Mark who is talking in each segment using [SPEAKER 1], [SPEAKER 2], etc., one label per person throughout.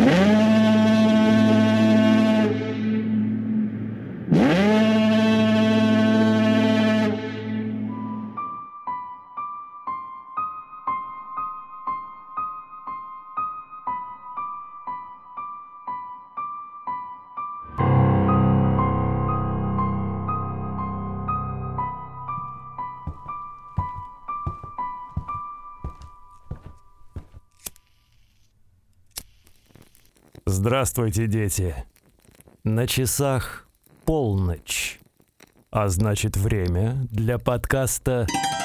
[SPEAKER 1] Здравствуйте, дети. На часах полночь, а значит время для подкаста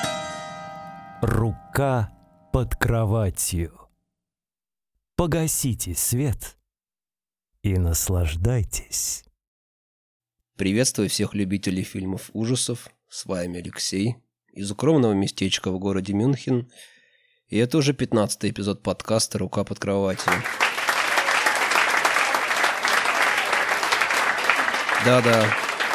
[SPEAKER 1] «Рука под кроватью». Погасите свет и наслаждайтесь.
[SPEAKER 2] Приветствую всех любителей фильмов ужасов. С вами Алексей из укромного местечка в городе Мюнхен. И это уже 15-й эпизод подкаста «Рука под кроватью». Да,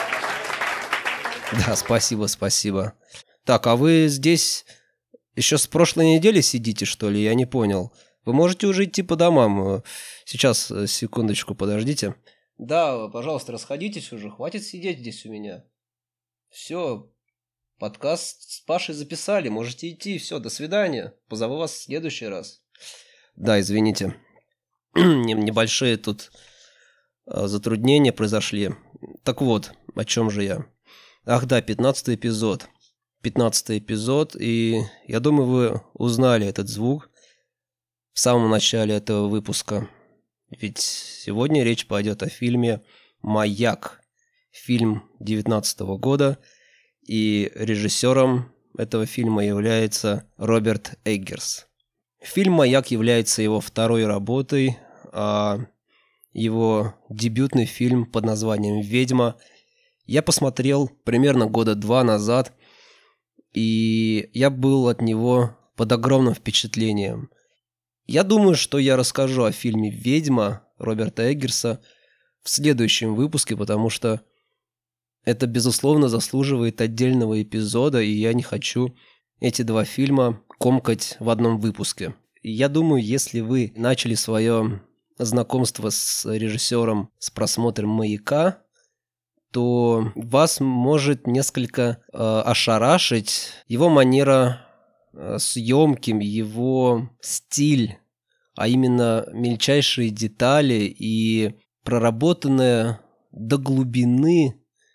[SPEAKER 2] спасибо. Так, а вы здесь еще с прошлой недели сидите, что ли? Я не понял. Вы можете уже идти по домам. Сейчас, секундочку, подождите. Да, пожалуйста, расходитесь уже. Хватит сидеть здесь у меня. Все, подкаст с Пашей записали. Можете идти. Все, до свидания. Позову вас в следующий раз. Да, извините. Небольшие тут затруднения произошли. Так вот, о чем же я? Ах да, 15-й эпизод. 15-й эпизод, и я думаю, вы узнали этот звук в самом начале этого выпуска. Ведь сегодня речь пойдет о фильме «Маяк». Фильм 19-го года, и режиссером этого фильма является Роберт Эггерс. Фильм «Маяк» является его второй работой, а его дебютный фильм под названием «Ведьма» я посмотрел примерно года 2 назад, и я был от него под огромным впечатлением. Я думаю, что я расскажу о фильме «Ведьма» Роберта Эггерса в следующем выпуске, потому что это, безусловно, заслуживает отдельного эпизода, и я не хочу эти два фильма комкать в одном выпуске. Я думаю, если вы начали свое знакомство с режиссером с просмотром «Маяка», то вас может несколько ошарашить его манера съемки, его стиль, а именно мельчайшие детали и проработанная до глубины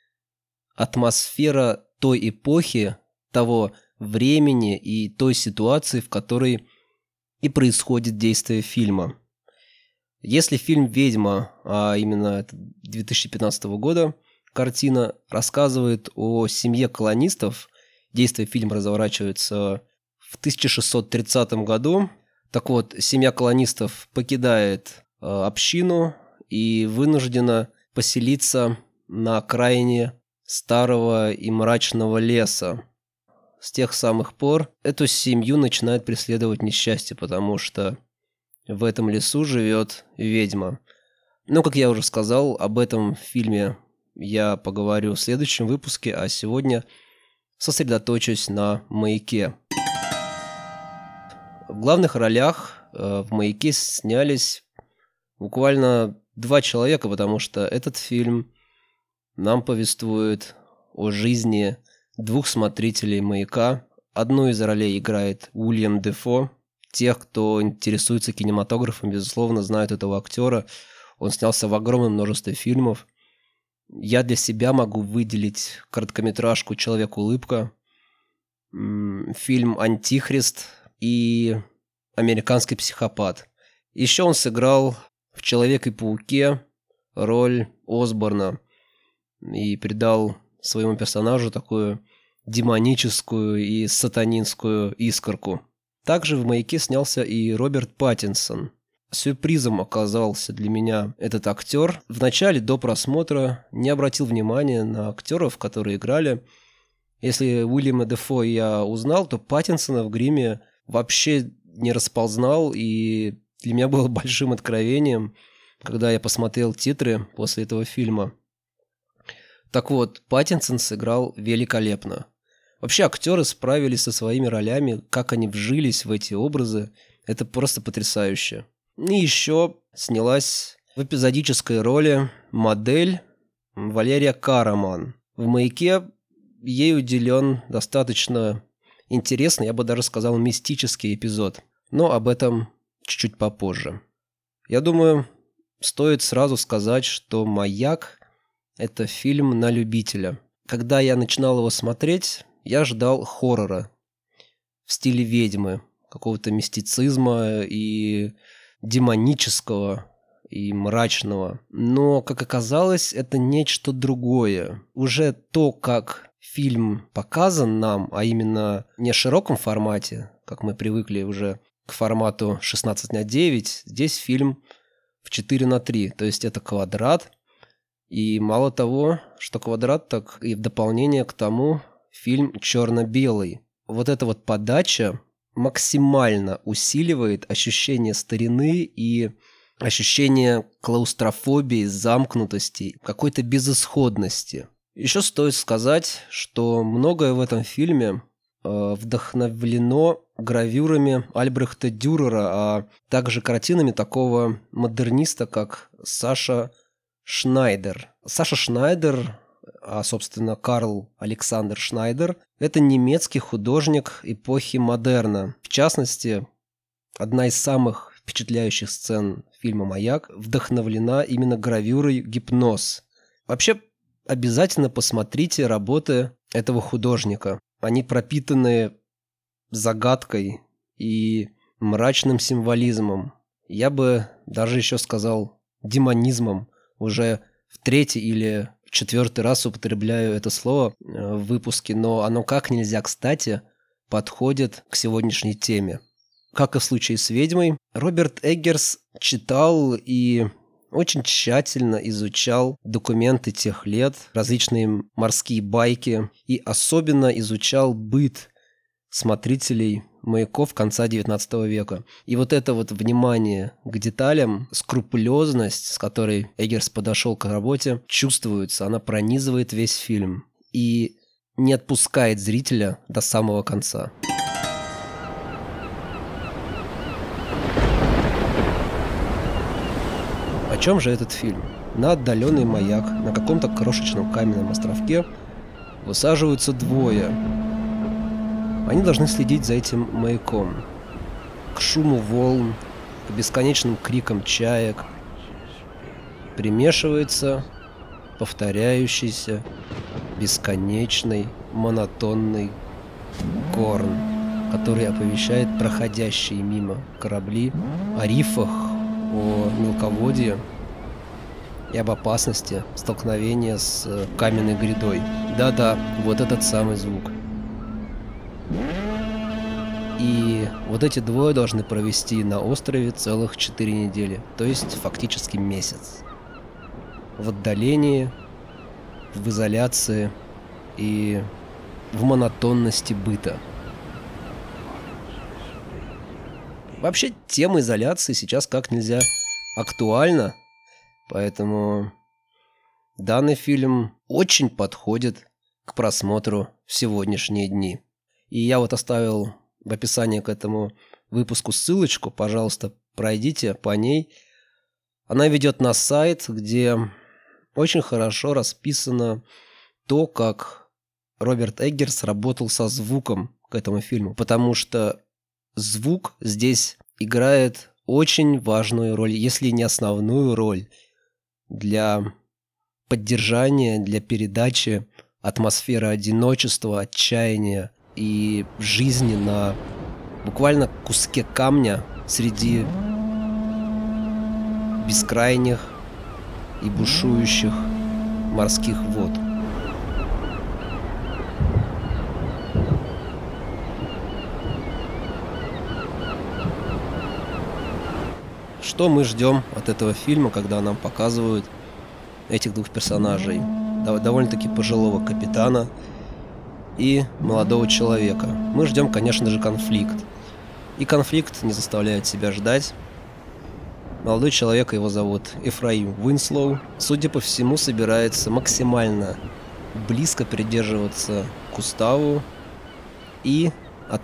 [SPEAKER 2] атмосфера той эпохи, того времени и той ситуации, в которой и происходит действие фильма. Если фильм «Ведьма», а именно 2015 года картина, рассказывает о семье колонистов, действие фильма разворачивается в 1630 году. Так вот, семья колонистов покидает общину и вынуждена поселиться на окраине старого и мрачного леса. С тех самых пор эту семью начинает преследовать несчастье, потому что в этом лесу живет ведьма. Но, как я уже сказал, об этом фильме я поговорю в следующем выпуске, а сегодня сосредоточусь на «Маяке». В главных ролях в «Маяке» снялись буквально 2 человека, потому что этот фильм нам повествует о жизни 2 смотрителей «Маяка». Одну из ролей играет Уильям Дефо. Тех, кто интересуется кинематографом, безусловно, знают этого актера. Он снялся в огромном множестве фильмов. Я для себя могу выделить короткометражку «Человек-улыбка», фильм «Антихрист» и «Американский психопат». Еще он сыграл в «Человеке-пауке» роль Осборна и придал своему персонажу такую демоническую и сатанинскую искорку. Также в «Маяке» снялся и Роберт Паттинсон. Сюрпризом оказался для меня этот актер. Вначале, до просмотра, не обратил внимания на актеров, которые играли. Если Уильяма Дефо я узнал, то Паттинсона в гриме вообще не распознал, и для меня было большим откровением, когда я посмотрел титры после этого фильма. Так вот, Паттинсон сыграл великолепно. Вообще актеры справились со своими ролями, как они вжились в эти образы, это просто потрясающе. И еще снялась в эпизодической роли модель Валерия Караман. В «Маяке» ей уделен достаточно интересный, я бы даже сказал, мистический эпизод. Но об этом чуть-чуть попозже. Я думаю, стоит сразу сказать, что «Маяк» – это фильм на любителя. Когда я начинал его смотреть, я ждал хоррора в стиле ведьмы, какого-то мистицизма и демонического, и мрачного. Но, как оказалось, это нечто другое. Уже то, как фильм показан нам, а именно не в широком формате, как мы привыкли уже к формату 16:9, здесь фильм в 4:3, то есть это квадрат. И мало того, что квадрат, так и в дополнение к тому фильм черно-белый. Вот эта вот подача максимально усиливает ощущение старины и ощущение клаустрофобии, замкнутости, какой-то безысходности. Еще стоит сказать, что многое в этом фильме вдохновлено гравюрами Альбрехта Дюрера, а также картинами такого модерниста, как Саша Шнайдер. Саша Шнайдер, а собственно Карл Александр Шнайдер, это немецкий художник эпохи модерна. В частности, одна из самых впечатляющих сцен фильма «Маяк» вдохновлена именно гравюрой «Гипноз». Вообще, обязательно посмотрите работы этого художника. Они пропитаны загадкой и мрачным символизмом. Я бы даже еще сказал демонизмом. Уже в третий или в четвертый раз употребляю это слово в выпуске, но оно как нельзя кстати подходит к сегодняшней теме. Как и в случае с «Ведьмой», Роберт Эггерс читал и очень тщательно изучал документы тех лет, различные морские байки, и особенно изучал быт смотрителей маяков конца XIX века. И вот это вот внимание к деталям, скрупулезность, с которой Эггерс подошел к работе, чувствуется, она пронизывает весь фильм и не отпускает зрителя до самого конца. О чем же этот фильм? На отдаленный маяк на каком-то крошечном каменном островке высаживаются двое. Они должны следить за этим маяком. К шуму волн, к бесконечным крикам чаек примешивается повторяющийся, бесконечный, монотонный горн, который оповещает проходящие мимо корабли о рифах, о мелководье и об опасности столкновения с каменной грядой. Да-да, вот этот самый звук. И вот эти двое должны провести на острове целых 4 недели, то есть фактически месяц. В отдалении, в изоляции и в монотонности быта. Вообще, тема изоляции сейчас как нельзя актуальна, поэтому данный фильм очень подходит к просмотру в сегодняшние дни. И я вот оставил в описании к этому выпуску ссылочку, пожалуйста, пройдите по ней. Она ведет на сайт, где очень хорошо расписано то, как Роберт Эггерс работал со звуком к этому фильму, потому что звук здесь играет очень важную роль, если не основную роль, для поддержания, для передачи атмосферы одиночества, отчаяния и жизни на буквально куске камня среди бескрайних и бушующих морских вод. Что мы ждем от этого фильма, когда нам показывают этих двух персонажей? Довольно-таки пожилого капитана и молодого человека. Мы ждем, конечно же, конфликт. И конфликт не заставляет себя ждать. Молодой человек, его зовут Эфраим Уинслоу, судя по всему, собирается максимально близко придерживаться к уставу и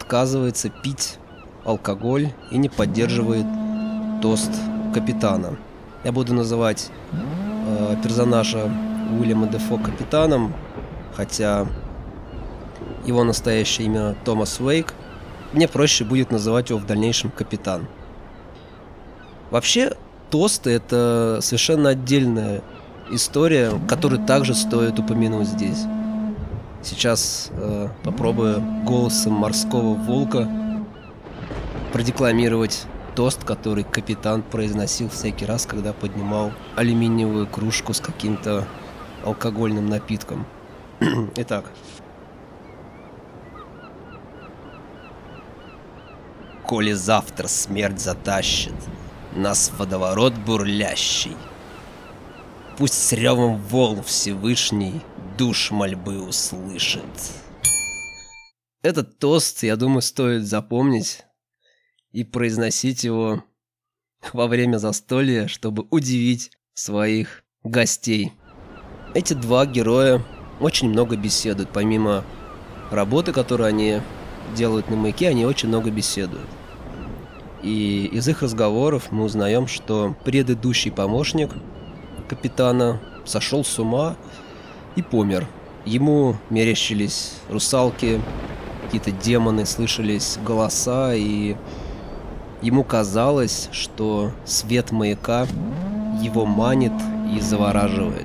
[SPEAKER 2] отказывается пить алкоголь и не поддерживает тост капитана. Я буду называть персонажа Уильяма Дефо капитаном, хотя его настоящее имя Томас Уэйк. Мне проще будет называть его в дальнейшем капитан. Вообще, тосты — это совершенно отдельная история, которую также стоит упомянуть здесь. Сейчас попробую голосом морского волка продекламировать тост, который капитан произносил всякий раз, когда поднимал алюминиевую кружку с каким-то алкогольным напитком. Итак. Коли завтра смерть затащит нас в водоворот бурлящий, пусть с ревом волн Всевышний душ мольбы услышит. Этот тост, я думаю, стоит запомнить и произносить его во время застолья, чтобы удивить своих гостей. Эти два героя очень много беседуют. Помимо работы, которую они делают на маяке, они очень много беседуют. И из их разговоров мы узнаем, что предыдущий помощник капитана сошел с ума и помер. Ему мерещились русалки, какие-то демоны, слышались голоса, и ему казалось, что свет маяка его манит и завораживает.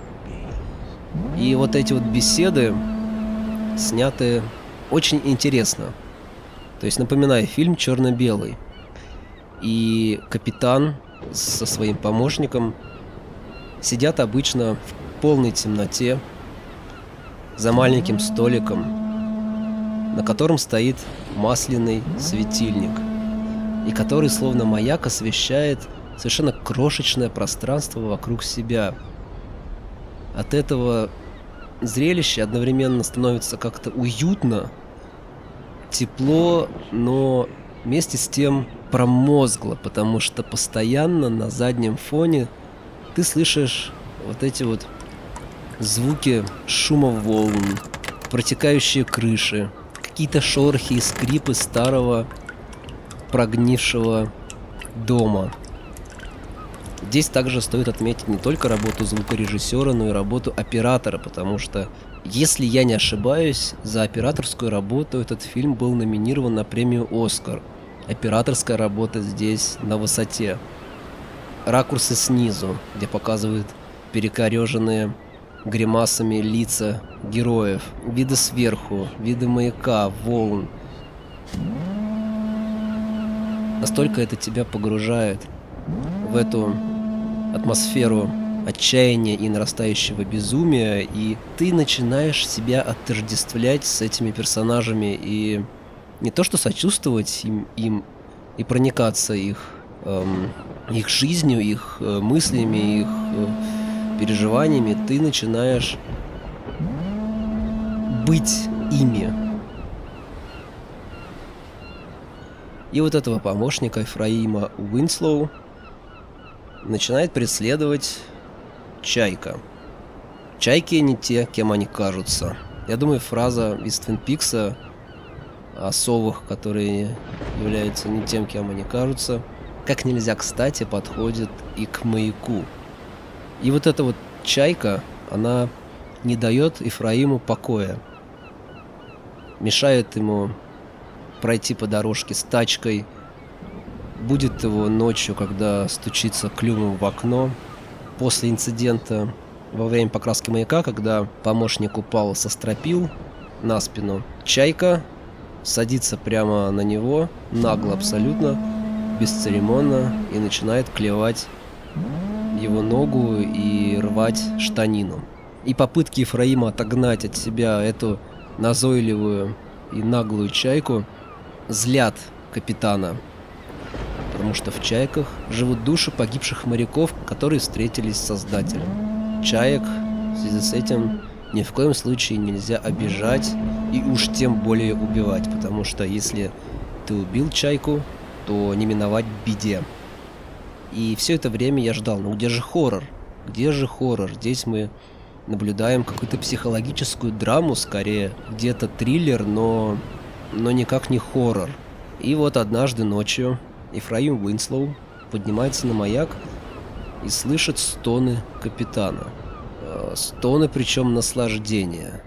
[SPEAKER 2] И вот эти вот беседы сняты очень интересно. То есть, напоминаю, фильм черно-белый. И капитан со своим помощником сидят обычно в полной темноте за маленьким столиком, на котором стоит масляный светильник, и который словно маяк освещает совершенно крошечное пространство вокруг себя. От этого зрелище одновременно становится как-то уютно, тепло, но вместе с тем промозгло, потому что постоянно на заднем фоне ты слышишь вот эти вот звуки шума волн, протекающие крыши, какие-то шорохи и скрипы старого прогнившего дома. Здесь также стоит отметить не только работу звукорежиссера, но и работу оператора, потому что, если я не ошибаюсь, за операторскую работу этот фильм был номинирован на премию «Оскар». Операторская работа здесь на высоте. Ракурсы снизу, где показывают перекореженные гримасами лица героев, виды сверху, виды маяка, волн. Настолько это тебя погружает в эту атмосферу отчаяния и нарастающего безумия, и ты начинаешь себя отождествлять с этими персонажами и не то что сочувствовать им и проникаться их жизнью, их мыслями, их переживаниями, ты начинаешь быть ими. И вот этого помощника Ефраима Уинслоу начинает преследовать чайка. Чайки не те, кем они кажутся. Я думаю, фраза из Твин Пикса о совах, которые являются не тем, кем они кажутся, как нельзя кстати подходит и к маяку. И вот эта вот чайка, она не дает Ефраиму покоя. Мешает ему пройти по дорожке с тачкой. Будет его ночью, когда стучится клювом в окно. После инцидента во время покраски маяка, когда помощник упал со стропил на спину, чайка садится прямо на него, нагло абсолютно, бесцеремонно, и начинает клевать его ногу и рвать штанину. И попытки Ефраима отогнать от себя эту назойливую и наглую чайку злят капитана, потому что в чайках живут души погибших моряков, которые встретились с Создателем. Чаек в связи с этим ни в коем случае нельзя обижать и уж тем более убивать, потому что если ты убил чайку, то не миновать беде. И все это время я ждал, ну где же хоррор? Где же хоррор? Здесь мы наблюдаем какую-то психологическую драму, скорее, где-то триллер, но никак не хоррор. И вот однажды ночью Ефраим Уинслоу поднимается на маяк и слышит стоны капитана. Стоны, причем наслаждения.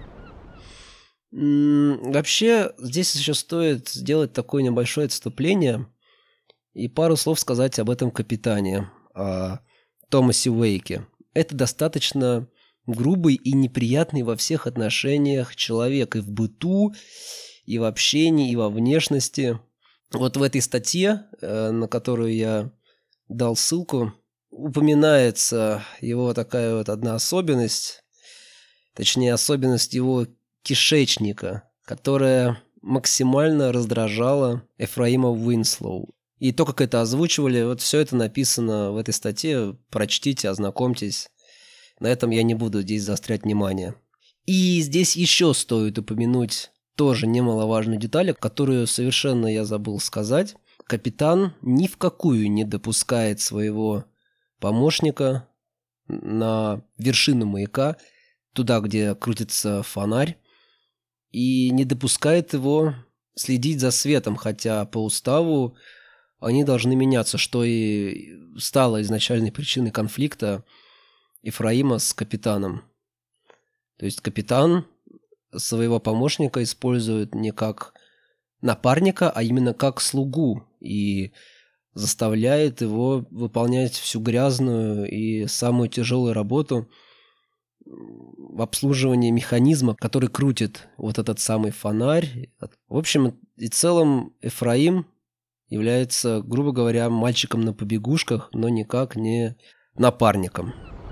[SPEAKER 2] Вообще, здесь еще стоит сделать такое небольшое отступление и пару слов сказать об этом капитане, о Томасе Уэйке. Это достаточно грубый и неприятный во всех отношениях человек и в быту, и в общении, и во внешности. Вот в этой статье, на которую я дал ссылку, упоминается его такая вот одна особенность, точнее особенность его кишечника, которая максимально раздражала Эфраима Уинслоу. И то, как это озвучивали, вот все это написано в этой статье, прочтите, ознакомьтесь. На этом я не буду здесь заострять внимание. И здесь еще стоит упомянуть тоже немаловажную деталь, которую совершенно я забыл сказать. Капитан ни в какую не допускает своего помощника на вершину маяка, туда, где крутится фонарь, и не допускает его следить за светом, хотя по уставу они должны меняться, что и стало изначальной причиной конфликта Эфраима с капитаном. То есть капитан своего помощника использует не как напарника, а именно как слугу и заставляет его выполнять всю грязную и самую тяжелую работу в обслуживании механизма, который крутит вот этот самый фонарь. В общем и целом Эфраим является, грубо говоря, мальчиком на побегушках, но никак не напарником.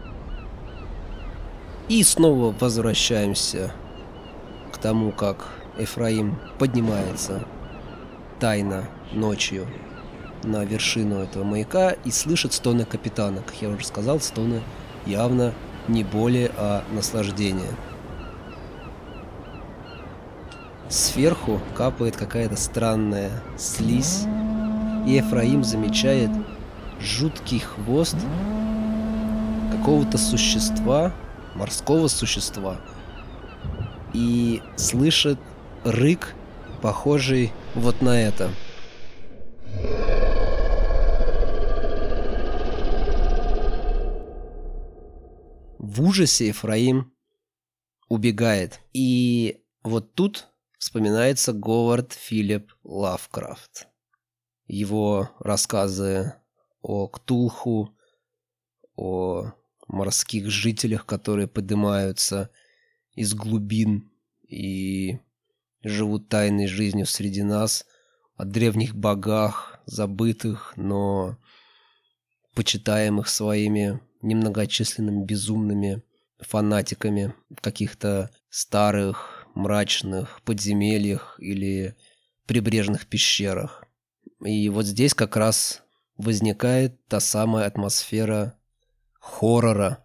[SPEAKER 2] И снова возвращаемся к тому, как Эфраим поднимается тайно ночью на вершину этого маяка и слышит стоны капитана. Как я уже сказал, стоны явно не боли, а наслаждения. Сверху капает какая-то странная слизь, и Эфраим замечает жуткий хвост какого-то существа, морского существа, и слышит рык, похожий вот на это. В ужасе Эфраим убегает. И вот тут вспоминается Говард Филипп Лавкрафт. Его рассказы о Ктулху, о морских жителях, которые поднимаются из глубин и живут тайной жизнью среди нас, о древних богах, забытых, но почитаемых своими немногочисленными безумными фанатиками в каких-то старых, мрачных подземельях или прибрежных пещерах. И вот здесь как раз возникает та самая атмосфера хоррора.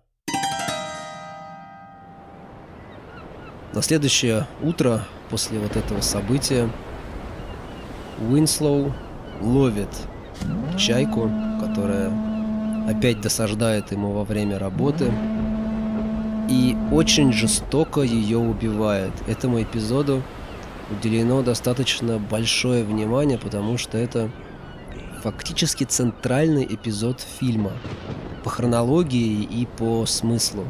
[SPEAKER 2] На следующее утро после вот этого события Уинслоу ловит чайку, которая опять досаждает ему во время работы, и очень жестоко ее убивает. Этому эпизоду уделено достаточно большое внимание, потому что это фактически центральный эпизод фильма по хронологии и по смыслу.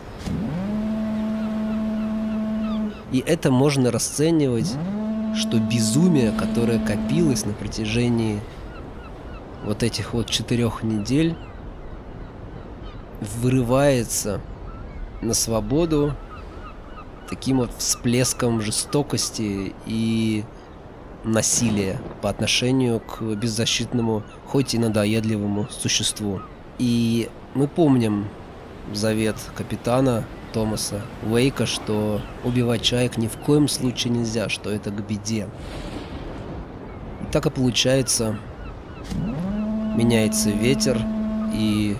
[SPEAKER 2] И это можно расценивать, что безумие, которое копилось на протяжении вот этих вот 4 недель, вырывается на свободу таким вот всплеском жестокости и насилия по отношению к беззащитному, хоть и надоедливому существу. И мы помним завет капитана Томаса Уэйка, что убивать чаек ни в коем случае нельзя, что это к беде. И так и получается, меняется ветер, и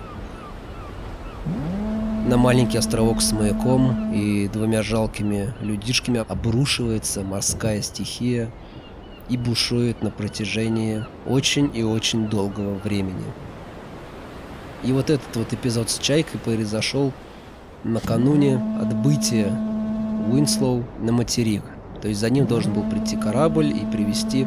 [SPEAKER 2] на маленький островок с маяком и 2 жалкими людишками обрушивается морская стихия и бушует на протяжении очень и очень долгого времени. И вот этот вот эпизод с чайкой произошел накануне отбытия Уинслоу на материк. То есть за ним должен был прийти корабль и привезти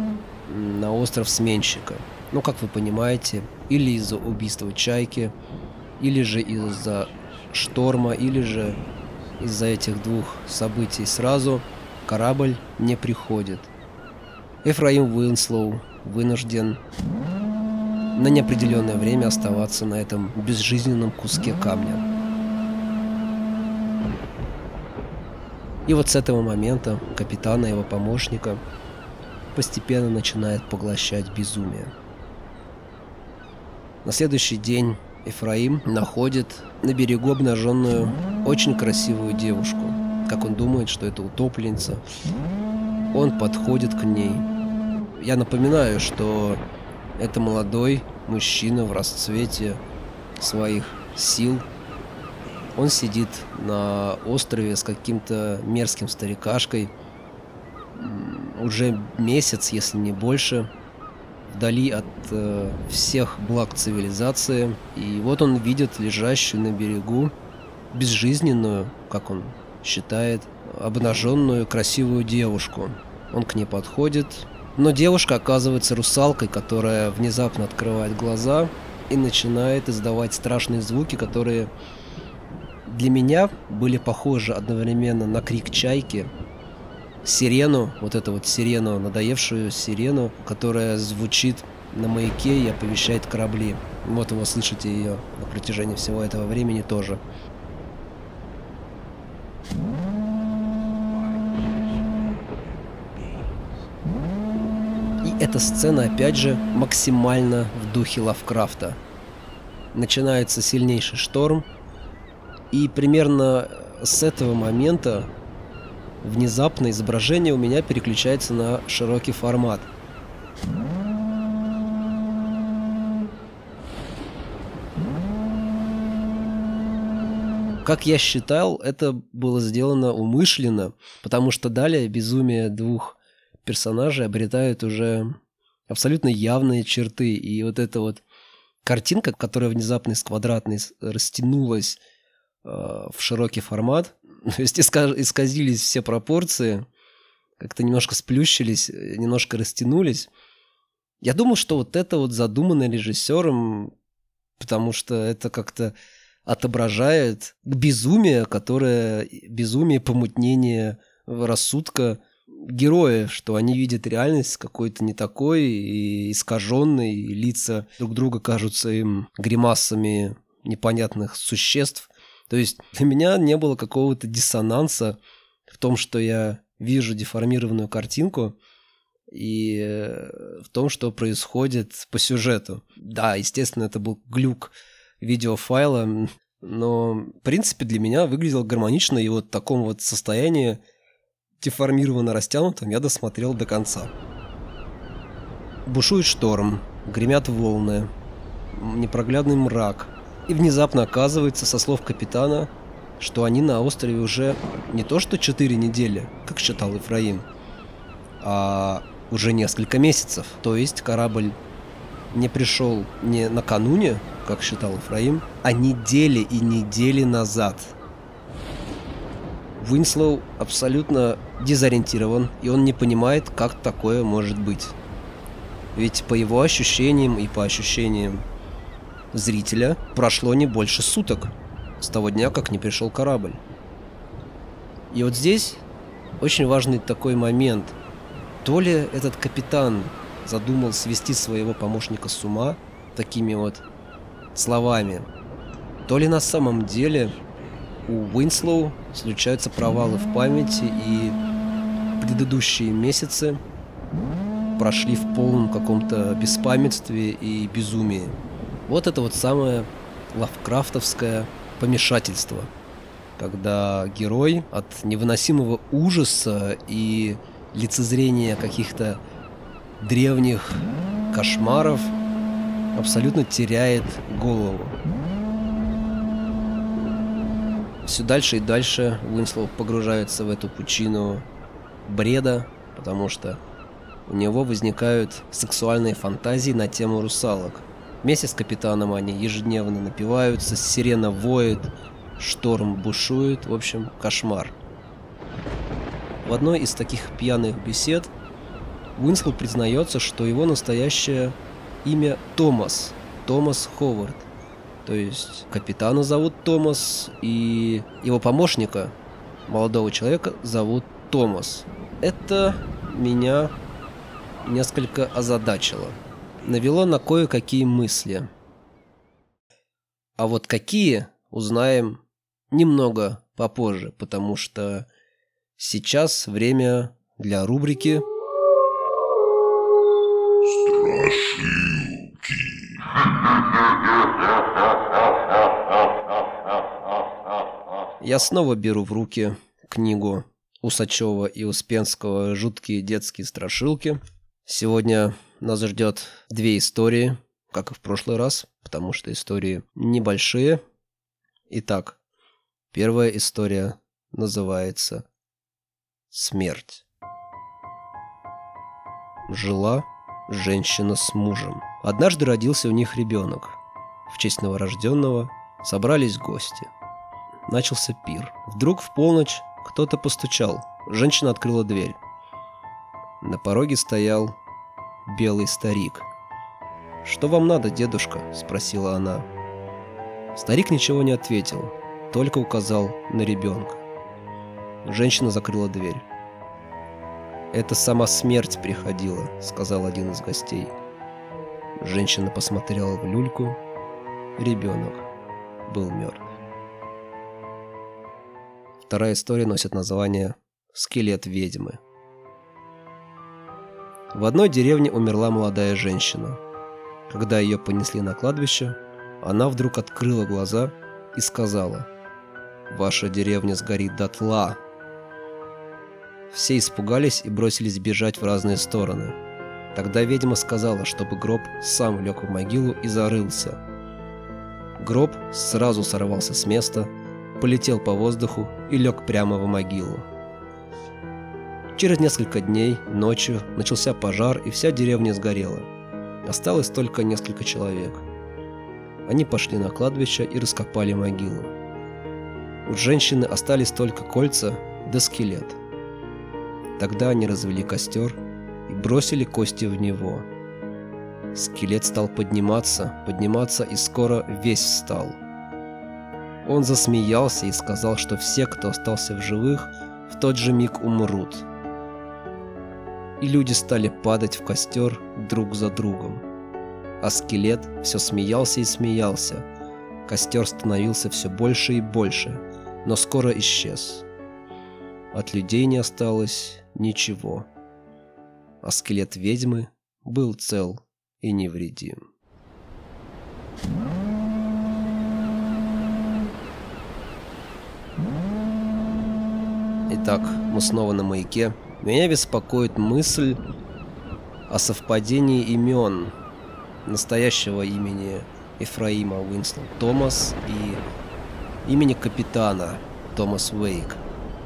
[SPEAKER 2] на остров сменщика. Но, как вы понимаете, или из-за убийства чайки, или же из-за шторма, или же из-за этих двух событий сразу, корабль не приходит. Эфраим Уинслоу вынужден на неопределенное время оставаться на этом безжизненном куске камня. И вот с этого момента капитана и его помощника постепенно начинает поглощать безумие. На следующий день Эфраим находит на берегу обнаженную, очень красивую девушку. Как он думает, что это утопленница. Он подходит к ней. Я напоминаю, что это молодой мужчина в расцвете своих сил. Он сидит на острове с каким-то мерзким старикашкой уже месяц, если не больше, вдали от всех благ цивилизации. И вот он видит лежащую на берегу безжизненную, как он считает, обнаженную красивую девушку. Он к ней подходит, но девушка оказывается русалкой, которая внезапно открывает глаза и начинает издавать страшные звуки, которые для меня были похожи одновременно на крик чайки, сирену, вот эту вот сирену, надоевшую сирену, которая звучит на маяке и оповещает корабли. Вот вы слышите ее на протяжении всего этого времени тоже. И эта сцена, опять же, максимально в духе Лавкрафта. Начинается сильнейший шторм, и примерно с этого момента внезапно изображение у меня переключается на широкий формат. Как я считал, это было сделано умышленно, потому что далее безумие двух персонажей обретает уже абсолютно явные черты. И вот эта вот картинка, которая внезапно из квадратной растянулась в широкий формат, то есть исказились все пропорции, как-то немножко сплющились, немножко растянулись. Я думал, что вот это вот задумано режиссером, потому что это как-то отображает безумие, безумие помутнения рассудка героев, что они видят реальность какой-то не такой, и искаженной, и лица друг друга кажутся им гримасами непонятных существ. То есть для меня не было какого-то диссонанса в том, что я вижу деформированную картинку, и в том, что происходит по сюжету. Да, естественно, это был глюк видеофайла, но, в принципе, для меня выглядело гармонично, и вот в таком вот состоянии деформированно растянутом я досмотрел до конца. Бушует шторм, гремят волны, непроглядный мрак, и внезапно оказывается, со слов капитана, что они на острове уже не то что 4 недели, как считал Эфраим, а уже несколько месяцев. То есть корабль не пришел не накануне, как считал Эфраим, а недели и недели назад. Уинслоу абсолютно дезориентирован, и он не понимает, как такое может быть. Ведь по его ощущениям и по ощущениям зрителя прошло не больше суток с того дня, как не пришел корабль. И вот здесь очень важный такой момент. То ли этот капитан задумал свести своего помощника с ума такими вот словами, то ли на самом деле у Уинслоу случаются провалы в памяти, и предыдущие месяцы прошли в полном каком-то беспамятстве и безумии. Вот это вот самое лавкрафтовское помешательство, когда герой от невыносимого ужаса и лицезрения каких-то древних кошмаров абсолютно теряет голову. Все дальше и дальше Уинслоу погружается в эту пучину бреда, потому что у него возникают сексуальные фантазии на тему русалок. Вместе с капитаном они ежедневно напиваются, сирена воет, шторм бушует, в общем, кошмар. В одной из таких пьяных бесед Уинслоу признается, что его настоящее имя Томас Ховард. То есть капитана зовут Томас, и его помощника, молодого человека, зовут Томас. Это меня несколько озадачило. Навело на кое-какие мысли. А вот какие, узнаем немного попозже, потому что сейчас время для рубрики «Страшилки». Я снова беру в руки книгу Усачева и Успенского «Жуткие детские страшилки». Сегодня нас ждет 2 истории, как и в прошлый раз, потому что истории небольшие. Итак, первая история называется «Смерть». Жила женщина с мужем. Однажды родился у них ребенок. В честь новорожденного собрались гости. Начался пир. Вдруг в полночь кто-то постучал. Женщина открыла дверь. На пороге стоял белый старик. «Что вам надо, дедушка?» – спросила она. Старик ничего не ответил, только указал на ребенка. Женщина закрыла дверь. «Это сама смерть приходила», – сказал один из гостей. Женщина посмотрела в люльку. Ребенок был мертв. Вторая история носит название «Скелет ведьмы». В одной деревне умерла молодая женщина. Когда ее понесли на кладбище, она вдруг открыла глаза и сказала: «Ваша деревня сгорит дотла». Все испугались и бросились бежать в разные стороны. Тогда ведьма сказала, чтобы гроб сам лег в могилу и зарылся. Гроб сразу сорвался с места, полетел по воздуху и лег прямо в могилу. Через несколько дней, ночью, начался пожар, и вся деревня сгорела. Осталось только несколько человек. Они пошли на кладбище и раскопали могилу. У женщины остались только кольца да скелет. Тогда они развели костер и бросили кости в него. Скелет стал подниматься, и скоро весь встал. Он засмеялся и сказал, что все, кто остался в живых, в тот же миг умрут. И люди стали падать в костер друг за другом. А скелет все смеялся и смеялся. Костер становился все больше и больше, но скоро исчез. От людей не осталось ничего. А скелет ведьмы был цел и невредим. Итак, мы снова на маяке. Меня беспокоит мысль о совпадении имен настоящего имени Ефраима Уинслоу Томас и имени капитана Томас Уэйк.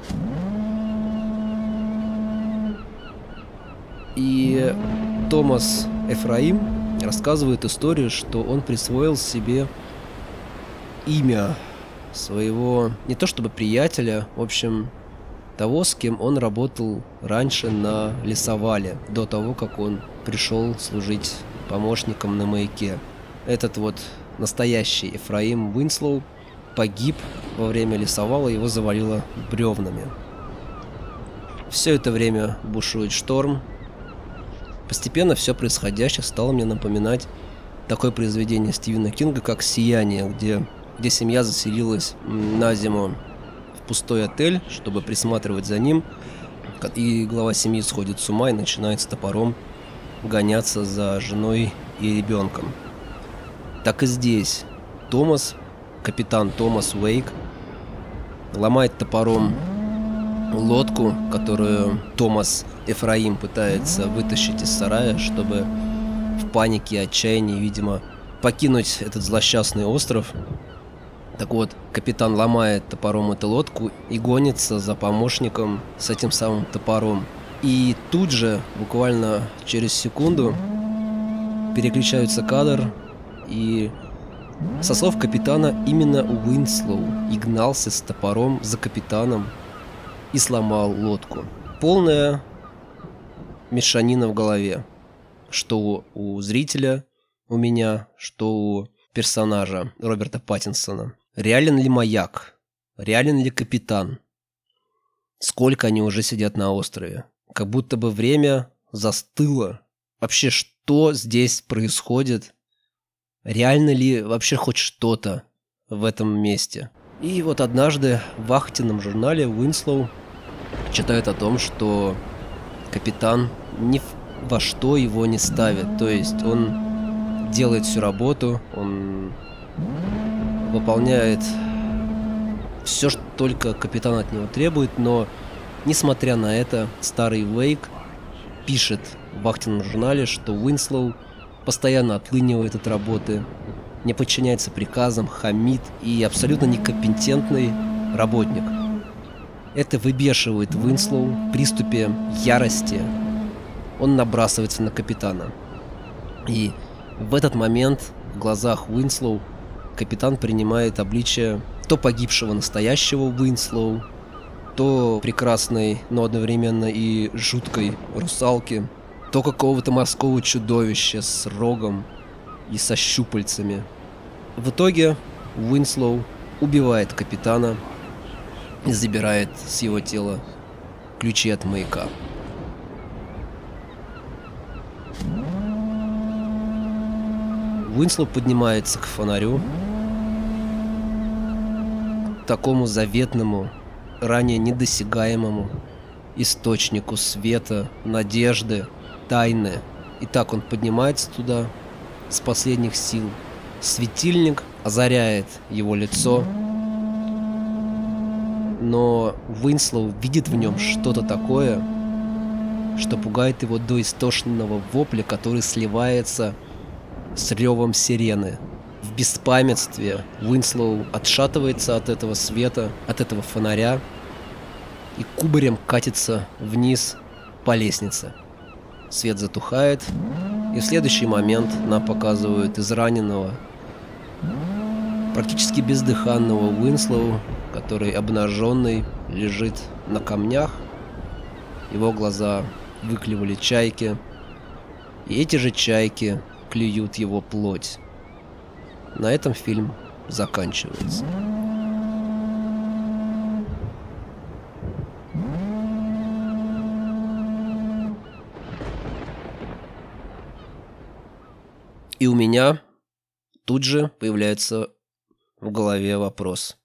[SPEAKER 2] И Томас Ефраим рассказывает историю, что он присвоил себе имя своего, не то чтобы приятеля, в общем, того, с кем он работал раньше на лесовале, до того, как он пришел служить помощником на маяке. Этот вот настоящий Ефраим Уинслоу погиб во время лесовала, его завалило бревнами. Все это время бушует шторм. Постепенно все происходящее стало мне напоминать такое произведение Стивена Кинга, как «Сияние», где семья заселилась на зиму в пустой отель, чтобы присматривать за ним, и глава семьи сходит с ума и начинает с топором гоняться за женой и ребенком. Так и здесь Томас, капитан Томас Уэйк, ломает топором лодку, которую Томас Ефраим пытается вытащить из сарая, чтобы в панике и отчаянии, видимо, покинуть этот злосчастный остров. Так вот, капитан ломает топором эту лодку и гонится за помощником с этим самым топором. И тут же, буквально через секунду, переключается кадр, и со слов капитана именно Уинслоу и гнался с топором за капитаном и сломал лодку. Полная мешанина в голове. Что у зрителя, у меня, что у персонажа Роберта Паттинсона. Реален ли маяк? Реален ли капитан? Сколько они уже сидят на острове? Как будто бы время застыло. Вообще, что здесь происходит? Реально ли вообще хоть что-то в этом месте? И вот однажды в вахтенном журнале Уинслоу читает о том, что капитан ни во что его не ставит. То есть он делает всю работу, он выполняет все, что только капитан от него требует, но, несмотря на это, старый Уэйк пишет в вахтенном журнале, что Уинслоу постоянно отлынивает от работы, не подчиняется приказам, хамит и абсолютно некомпетентный работник. Это выбешивает Уинслоу в приступе ярости. Он набрасывается на капитана. И в этот момент в глазах Уинслоу капитан принимает обличие то погибшего настоящего Уинслоу, то прекрасной, но одновременно и жуткой русалки, то какого-то морского чудовища с рогом и со щупальцами. В итоге Уинслоу убивает капитана и забирает с его тела ключи от маяка. Уинслоу поднимается к фонарю, такому заветному, ранее недосягаемому источнику света, надежды, тайны. И так он поднимается туда с последних сил. Светильник озаряет его лицо, но Уинслоу видит в нем что-то такое, что пугает его до истошного вопля, который сливается с ревом сирены. В беспамятстве Уинслоу отшатывается от этого света, от этого фонаря и кубарем катится вниз по лестнице. Свет затухает, и в следующий момент нам показывают израненного, практически бездыханного Уинслоу, который обнаженный лежит на камнях. Его глаза выклевали чайки, и эти же чайки клюют его плоть. На этом фильм заканчивается. И у меня тут же появляется в голове вопрос.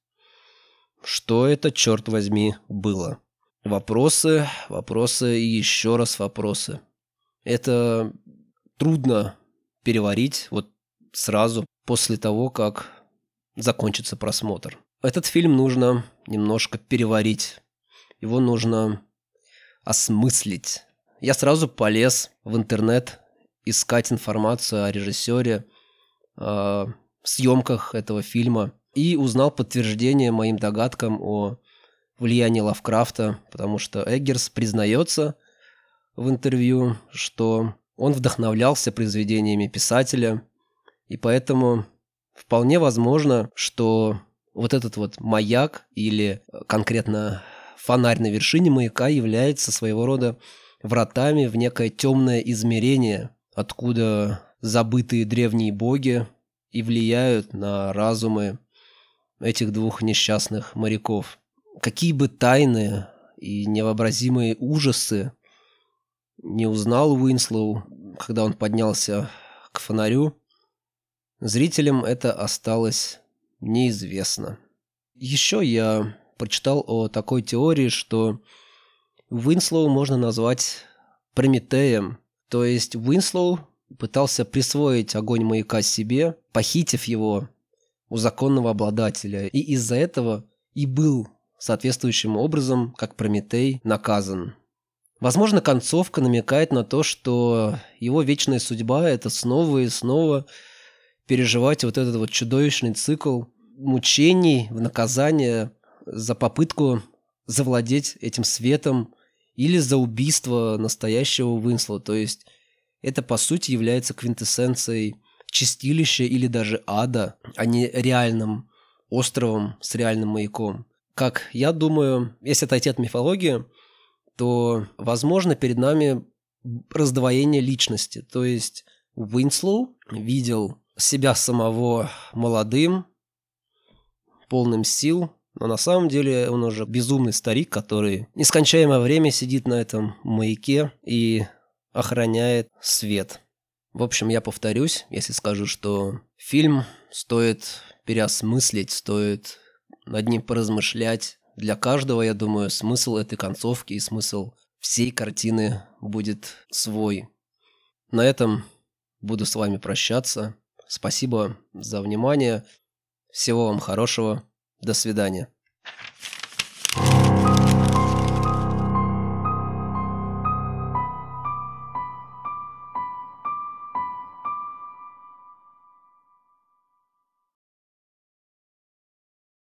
[SPEAKER 2] Что это, черт возьми, было? Вопросы, вопросы и еще раз вопросы. Это трудно переварить вот сразу после того, как закончится просмотр. Этот фильм нужно немножко переварить. Его нужно осмыслить. Я сразу полез в интернет искать информацию о режиссере, о съемках этого фильма и узнал подтверждение моим догадкам о влиянии Лавкрафта, потому что Эггерс признается в интервью, что он вдохновлялся произведениями писателя, и поэтому вполне возможно, что вот этот вот маяк или конкретно фонарь на вершине маяка является своего рода вратами в некое темное измерение, откуда забытые древние боги и влияют на разумы этих двух несчастных моряков. Какие бы тайны и невообразимые ужасы не узнал Уинслоу, когда он поднялся к фонарю, зрителям это осталось неизвестно. Еще я прочитал о такой теории, что Уинслоу можно назвать Прометеем. То есть Уинслоу пытался присвоить огонь маяка себе, похитив его у законного обладателя, и из-за этого и был соответствующим образом, как Прометей, наказан. Возможно, концовка намекает на то, что его вечная судьба – это снова и снова переживать вот этот вот чудовищный цикл мучений в наказание за попытку завладеть этим светом или за убийство настоящего Уинслоу. То есть это, по сути, является квинтэссенцией чистилища или даже ада, а не реальным островом с реальным маяком. Как я думаю, если отойти от мифологии, то, возможно, перед нами раздвоение личности. То есть Уинслоу видел себя самого молодым, полным сил, но на самом деле он уже безумный старик, который нескончаемое время сидит на этом маяке и охраняет свет. В общем, я повторюсь, если скажу, что фильм стоит переосмыслить, стоит над ним поразмышлять. Для каждого, я думаю, смысл этой концовки и смысл всей картины будет свой. На этом буду с вами прощаться. Спасибо за внимание. Всего вам хорошего. До свидания.